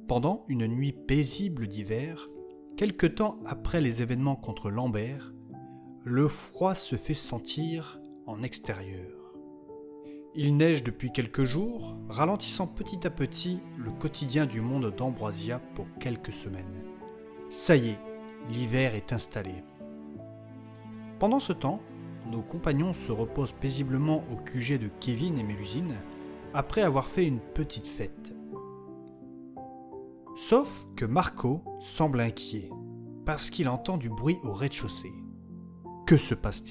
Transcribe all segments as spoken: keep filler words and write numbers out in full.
Pendant une nuit paisible d'hiver, quelque temps après les événements contre Lambert, le froid se fait sentir en extérieur. Il neige depuis quelques jours, ralentissant petit à petit le quotidien du monde d'Ambroisia pour quelques semaines. Ça y est, l'hiver est installé. Pendant ce temps, nos compagnons se reposent paisiblement au Q G de Kevin et Mélusine, après avoir fait une petite fête. Sauf que Marco semble inquiet, parce qu'il entend du bruit au rez-de-chaussée. Que se passe-t-il ?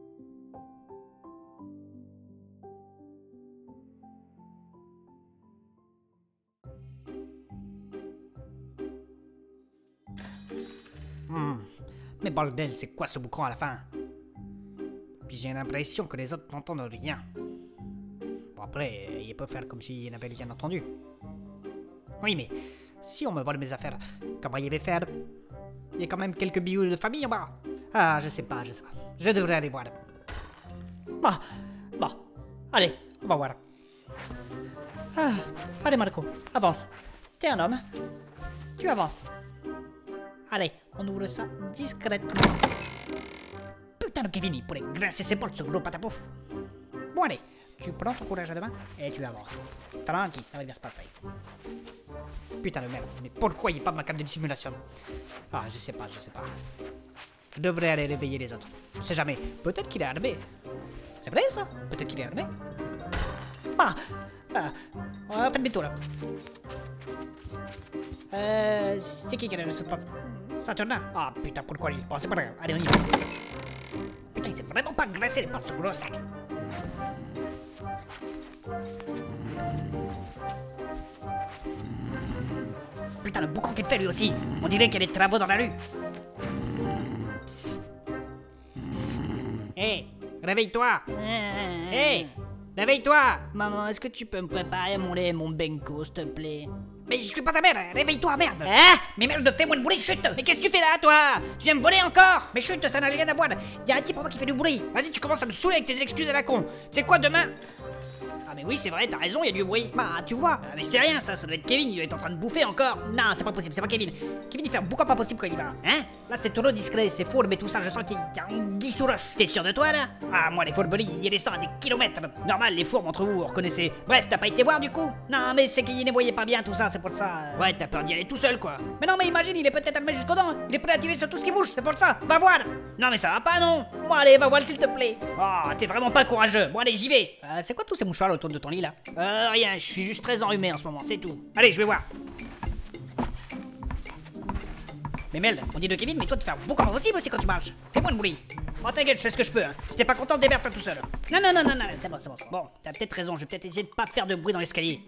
Hmm. Mais bordel, c'est quoi ce boucan à la fin? Puis j'ai l'impression que les autres n'entendent rien. Bon après, ils peuvent faire comme s'ils n'avaient rien entendu. Oui mais, si on me vole mes affaires, comment il va faire? Il y a quand même quelques bijoux de famille en bas. Ah, je sais pas, je sais pas. Je devrais aller voir. Bon, bon, allez, on va voir. Ah, allez Marco, avance. T'es un homme. Tu avances. Allez, on ouvre ça discrètement. Putain de Kevin, il pourrait grincer ses portes, ce gros patapouf. Bon allez, tu prends ton courage à deux mains et tu avances. Tranquille, ça va bien se passer. Putain de merde, mais pourquoi il n'est pas ma cam de dissimulation? Ah, je sais pas, je sais pas. Je devrais aller réveiller les autres. On sait jamais, peut-être qu'il est armé. C'est vrai ça? Peut-être qu'il est armé. Ah, ah, on va faire demi-tour là. Euh, c'est qui qui est là? Saturnin. Ah putain, pourquoi lui? Bon, c'est pas grave, allez on y va. Putain, il s'est vraiment pas graissé les portes, ce gros sac. Putain, le boucan qu'il fait lui aussi. On dirait qu'il y a des travaux dans la rue. Hé, hey, réveille-toi. Hé, hey, réveille-toi. Maman, est-ce que tu peux me préparer mon lait et mon benko, s'il te plaît? Mais je suis pas ta mère, réveille-toi, merde. Hein? Mais merde, fais-moi le bruit, chute. Mais qu'est-ce que tu fais là, toi? Tu viens me voler encore? Mais chute, ça n'a rien à voir. Y'a un type en moi qui fait du bruit. Vas-y, tu commences à me saouler avec tes excuses à la con. C'est quoi demain? Ah mais oui, c'est vrai, t'as raison, il y a du bruit. Bah, tu vois. Ah mais c'est rien, ça, ça doit être Kevin, il doit être en train de bouffer encore. Non, c'est pas possible, c'est pas Kevin. Kevin, il fait un boucan pas possible quand il va. Hein? Là, c'est trop discret, c'est fourbe et tout ça, je sens qu'il y a un guy sous roche. T'es sûr de toi, là? Ah, moi, les fourberies, il descend à des kilomètres. Normal, les fourbes entre vous, vous reconnaissez. Bref, t'as pas été voir du coup? Non, mais c'est qu'il ne voyait pas bien tout ça, c'est pour ça. Ouais, t'as peur d'y aller tout seul, quoi. Mais non, mais imagine, il est peut-être allumé jusqu'aux dents. Il est prêt à tirer sur tout ce qui bouge, c'est pour ça. Va voir. Non, mais ça va pas, non? Bon, allez, va voir, s'il te plaît. Oh, t'es vraiment pas courageux. Bon, allez, j'y vais. Euh, c'est quoi tous ces mouchoirs autour de ton lit, là? Euh, rien, je suis juste très enrhumé en ce moment, c'est tout. Allez, je vais voir. Mais merde, on dit de Kevin, mais toi tu fais un boucan possible aussi quand tu marches. Fais-moi le bruit. Bon, t'inquiète, je fais ce que je peux, hein. Si t'es pas content, démerde-toi tout seul. Non, non, non, non, non, c'est bon, c'est bon. Bon, t'as peut-être raison, je vais peut-être essayer de pas faire de bruit dans l'escalier.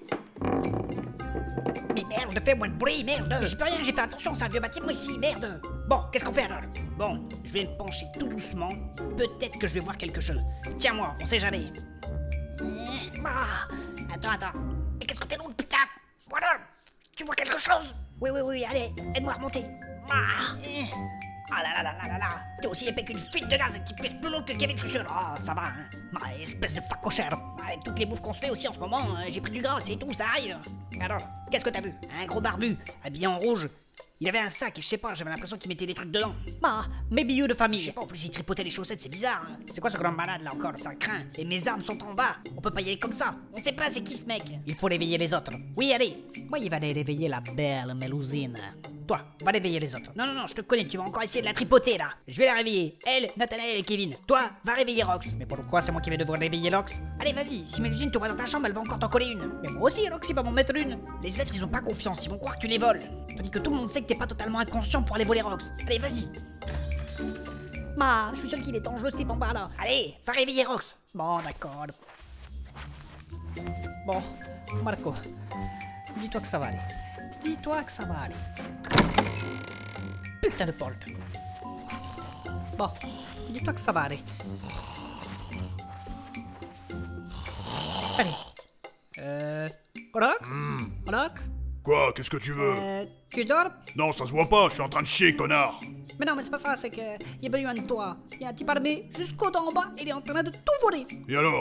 Mais merde, fais-moi le bruit, merde. Mais j'ai plus rien, j'ai fait attention, c'est un vieux bâtiment ici, merde. Bon, qu'est-ce qu'on fait alors? Bon, je vais me pencher tout doucement. Peut-être que je vais voir quelque chose. Tiens-moi, on sait jamais. Ah, attends, attends. Mais qu'est-ce que t'es lourd, putain? Voilà. Tu vois quelque chose? Oui, oui, oui, allez, aide-moi à remonter. Ah, ah là là là là là là. T'es aussi épais qu'une fuite de gaz qui pèse plus lourd que Kevin, je suis sûr. Ah, ça va, hein. Ah, espèce de facochère. Avec toutes les bouffes qu'on se fait aussi en ce moment, euh, j'ai pris du gras, c'est tout, ça aille. Alors, qu'est-ce que t'as vu? Un gros barbu, habillé en rouge. Il avait un sac et je sais pas, j'avais l'impression qu'il mettait des trucs dedans. Bah, mes bijoux de famille. Je sais pas, en plus il tripotait les chaussettes, c'est bizarre. Hein. C'est quoi ce grand malade là encore? Ça craint. Et mes armes sont en bas. On peut pas y aller comme ça. On sait pas c'est qui ce mec. Il faut réveiller les autres. Oui, allez. Moi, il va aller réveiller la belle Mélusine. Toi, va réveiller les autres. Non, non, non, je te connais, tu vas encore essayer de la tripoter là. Je vais la réveiller. Elle, Nathanaël et Kevin. Toi, va réveiller Rox. Mais pourquoi c'est moi qui vais devoir réveiller Rox? Allez, vas-y, si Mélusine te voit dans ta chambre, elle va encore t'en coller une. Mais moi aussi, Rox, il va m'en mettre une. Les êtres, ils ont pas confiance, ils vont croire que tu les voles. Tandis que tout le monde sait que t'es pas totalement inconscient pour aller voler Rox. Allez, vas-y. Bah, je suis sûr qu'il est dangereux ce type en bas là. Allez, va réveiller Rox. Bon, d'accord. Bon, Marco, dis-toi que ça va aller. Dis-toi que ça va aller. Putain de porte. Bon, dis-toi que ça va aller. Allez. Euh... Rox Mmh. Rox Quoi? Qu'est-ce que tu veux? Euh... Tu dors? Non, ça se voit pas, je suis en train de chier, connard! Mais non, mais c'est pas ça, c'est que... Il y a pas eu un de toi. Il y a un type armé jusqu'au dents en bas, et il est en train de tout voler. Et alors?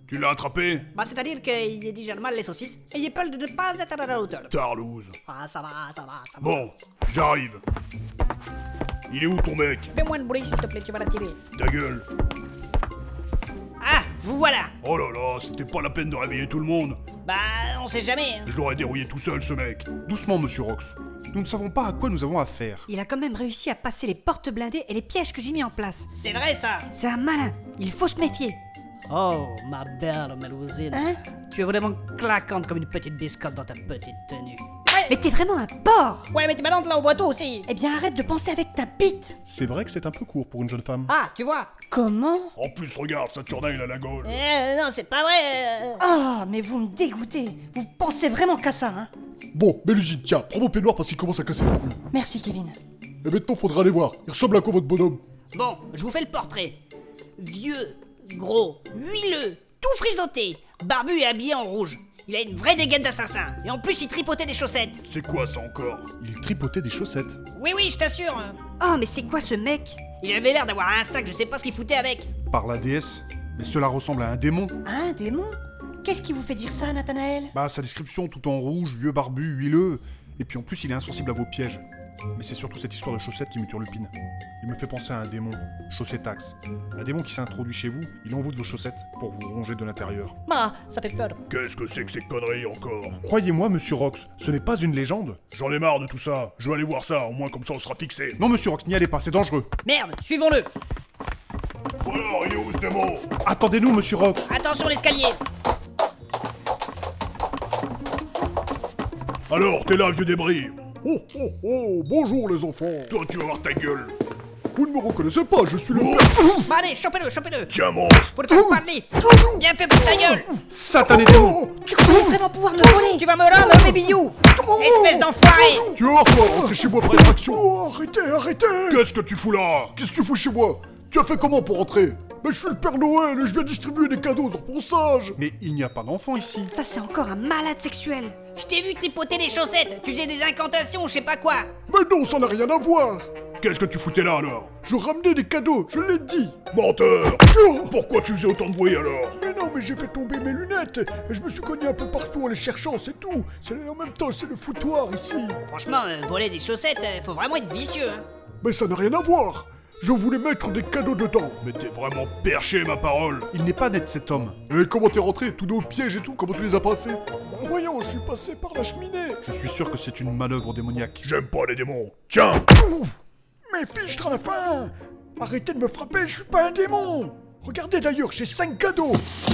Tu l'as attrapé? Bah, c'est-à-dire qu'il digère mal les saucisses et il est peur de ne pas être à la hauteur. Tarlouse. Ah, ça va, ça va, ça va. Bon, j'arrive. Il est où ton mec? Fais moins de bruit, s'il te plaît, tu vas l'attirer. Ta gueule. Ah, vous voilà. Oh là là, c'était pas la peine de réveiller tout le monde. Bah, on sait jamais. Hein. Je l'aurais dérouillé tout seul, ce mec. Doucement, monsieur Rox. Nous ne savons pas à quoi nous avons affaire. Il a quand même réussi à passer les portes blindées et les pièges que j'ai mis en place. C'est vrai, ça. C'est un malin, il faut se méfier. Oh, ma belle Mélusine. Hein? Tu es vraiment claquante comme une petite biscotte dans ta petite tenue. Ouais. Mais t'es vraiment un porc. Ouais, mais t'es malade, là, on voit tout aussi. Eh bien arrête de penser avec ta bite. C'est vrai que c'est un peu court pour une jeune femme. Ah, tu vois. Comment? En plus, regarde, Saturnin, il a la gaule. Euh, non, c'est pas vrai. euh. Oh, mais vous me dégoûtez. Vous pensez vraiment qu'à ça, hein? Bon, Mélusine, tiens, prends mon peignoir parce qu'il commence à casser les couilles. Merci, Kevin. Et maintenant, faudra aller voir. Il ressemble à quoi votre bonhomme? Bon, je vous fais le portrait. Vieux, gros, huileux, tout frisotté, barbu et habillé en rouge. Il a une vraie dégaine d'assassin. Et en plus, il tripotait des chaussettes. C'est quoi ça encore? Il tripotait des chaussettes. Oui, oui, je t'assure. Oh, mais c'est quoi ce mec? Il avait l'air d'avoir un sac, je sais pas ce qu'il foutait avec. Par la déesse. Mais cela ressemble à un démon. Un démon? Qu'est-ce qui vous fait dire ça, Nathanaël? Bah, sa description tout en rouge, vieux barbu, huileux. Et puis en plus, il est insensible à vos pièges. Mais c'est surtout cette histoire de chaussettes qui me turlupine. Il me fait penser à un démon, Chaussetax. Un démon qui s'est introduit chez vous, il envoûte vos chaussettes pour vous ronger de l'intérieur. Bah, ça fait peur. Qu'est-ce que c'est que ces conneries encore? Croyez-moi, monsieur Rox, ce n'est pas une légende. J'en ai marre de tout ça. Je vais aller voir ça, au moins comme ça on sera fixé. Non, monsieur Rox, n'y allez pas, c'est dangereux. Merde, suivons-le. Alors, il est où ce démon? Attendez-nous, monsieur Rox. Attention l'escalier. Alors, t'es là, vieux débris. Oh, oh, oh, bonjour les enfants. Toi, tu vas voir ta gueule. Vous ne me reconnaissez pas, je suis le père. Bah allez, chopez-le, chopez-le. Tiens, mange. Faut le faire parler. Bien fait pour ta gueule. Satané démon. Tu croyais vraiment pouvoir me voler? Tu vas me rendre mes bijoux. Espèce d'enfoiré. Tu vas voir, toi, rentrez chez moi après l'action. Oh, arrêtez, arrêtez. Qu'est-ce que tu fous là? Qu'est-ce que tu fous chez moi? Tu as fait comment pour rentrer? Mais je suis le Père Noël et je viens distribuer des cadeaux aux enfants sages. Mais il n'y a pas d'enfant ici. Ça, c'est encore un malade sexuel. Je t'ai vu tripoter les chaussettes. Tu faisais des incantations, je sais pas quoi. Mais non, ça n'a rien à voir. Qu'est-ce que tu foutais là alors? Je ramenais des cadeaux, je l'ai dit. Menteur! Oh, Pourquoi tu faisais autant de bruit alors? mais non, mais j'ai fait tomber mes lunettes et je me suis cogné un peu partout en les cherchant, c'est tout. C'est en même temps, c'est le foutoir ici. Franchement, euh, voler des chaussettes, euh, faut vraiment être vicieux. Hein. Mais ça n'a rien à voir. Je voulais mettre des cadeaux dedans. Mais t'es vraiment perché, ma parole! Il n'est pas net cet homme. Et comment t'es rentré? Tous nos pièges et tout, comment tu les as passés? Bah voyons, je suis passé par la cheminée. Je suis sûr que c'est une manœuvre démoniaque. J'aime pas les démons! Tiens! Ouh, mes fichtres à la fin. Arrêtez de me frapper, je suis pas un démon. Regardez d'ailleurs, j'ai cinq cadeaux.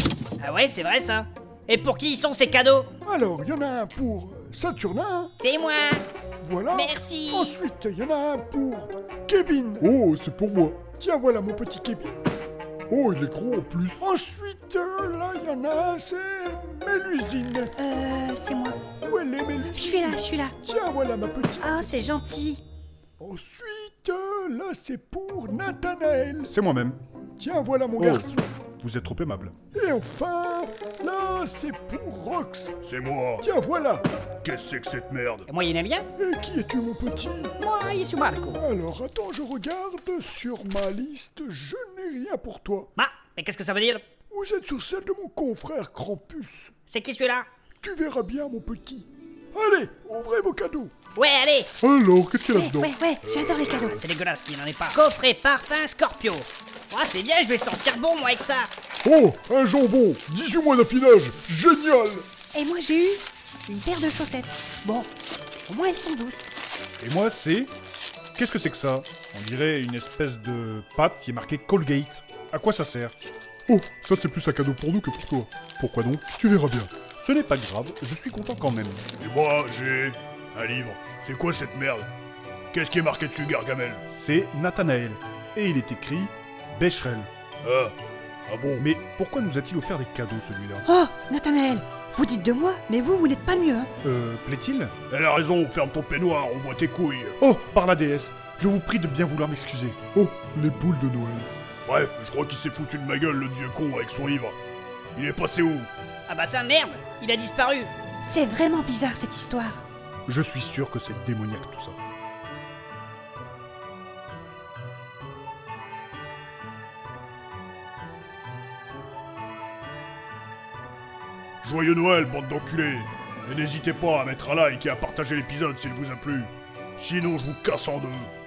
Ah ouais, c'est vrai ça. Et pour qui ils sont ces cadeaux? Alors, il y en a un pour euh, Saturnin, C'est moi. voilà. Merci. Ensuite, il y en a un pour Kevin. Oh, c'est pour moi. Tiens, voilà mon petit Kevin. Oh, il est gros en plus. Ensuite, euh, là, il y en a un, c'est Mélusine. Euh, c'est moi. Où elle est, Mélusine? Je suis là, je suis là. Tiens, voilà ma petite. Oh, c'est gentil. Ensuite, euh, là, c'est pour Nathanaël. C'est moi-même. Tiens, voilà mon Oh. garçon. Vous êtes trop aimable. Et enfin, là, c'est pour Rox. C'est moi! Tiens, voilà. Qu'est-ce que c'est que cette merde? Et moi, il y en a bien. Et qui es-tu, mon petit? Moi, il est sous Marco. Alors, attends, je regarde. Sur ma liste, je n'ai rien pour toi. Bah, mais qu'est-ce que ça veut dire? Vous êtes sur celle de mon confrère Krampus. C'est qui celui-là? Tu verras bien, mon petit. Allez, ouvrez vos cadeaux. Ouais, allez. Alors, qu'est-ce qu'il y a Ouais, là-dedans? ouais, ouais, j'adore les cadeaux. C'est dégueulasse qu'il n'en ait pas. Coffret parfum Scorpio. Ah, c'est bien, je vais sentir bon, moi, avec ça. Oh, un jambon, dix-huit mois d'affinage, génial. Et moi, j'ai eu une paire de chaussettes. Bon, au moins elles sont douces. Et moi, c'est... Qu'est-ce que c'est que ça? On dirait une espèce de pâte qui est marquée Colgate. À quoi ça sert? Oh, ça c'est plus un cadeau pour nous que pour toi. Pourquoi donc? Tu verras bien. Ce n'est pas grave, je suis content quand même. Et moi, j'ai... un livre. C'est quoi cette merde? Qu'est-ce qui est marqué dessus, Gargamel? C'est Nathanaël. Et il est écrit Becherel. Ah, ah bon? Mais pourquoi nous a-t-il offert des cadeaux celui-là? Oh, Nathanaël, vous dites de moi, mais vous, vous n'êtes pas mieux, hein. Euh, plaît-il? Elle a raison, ferme ton peignoir, on voit tes couilles. Oh, par la déesse, je vous prie de bien vouloir m'excuser. Oh, les boules de Noël. Bref, je crois qu'il s'est foutu de ma gueule, le vieux con, avec son livre. Il est passé où? Ah bah ça, merde. Il a disparu. C'est vraiment bizarre cette histoire. Je suis sûr que c'est démoniaque tout ça. Joyeux Noël, bande d'enculés. Et n'hésitez pas à mettre un like et à partager l'épisode s'il vous a plu. Sinon, je vous casse en deux.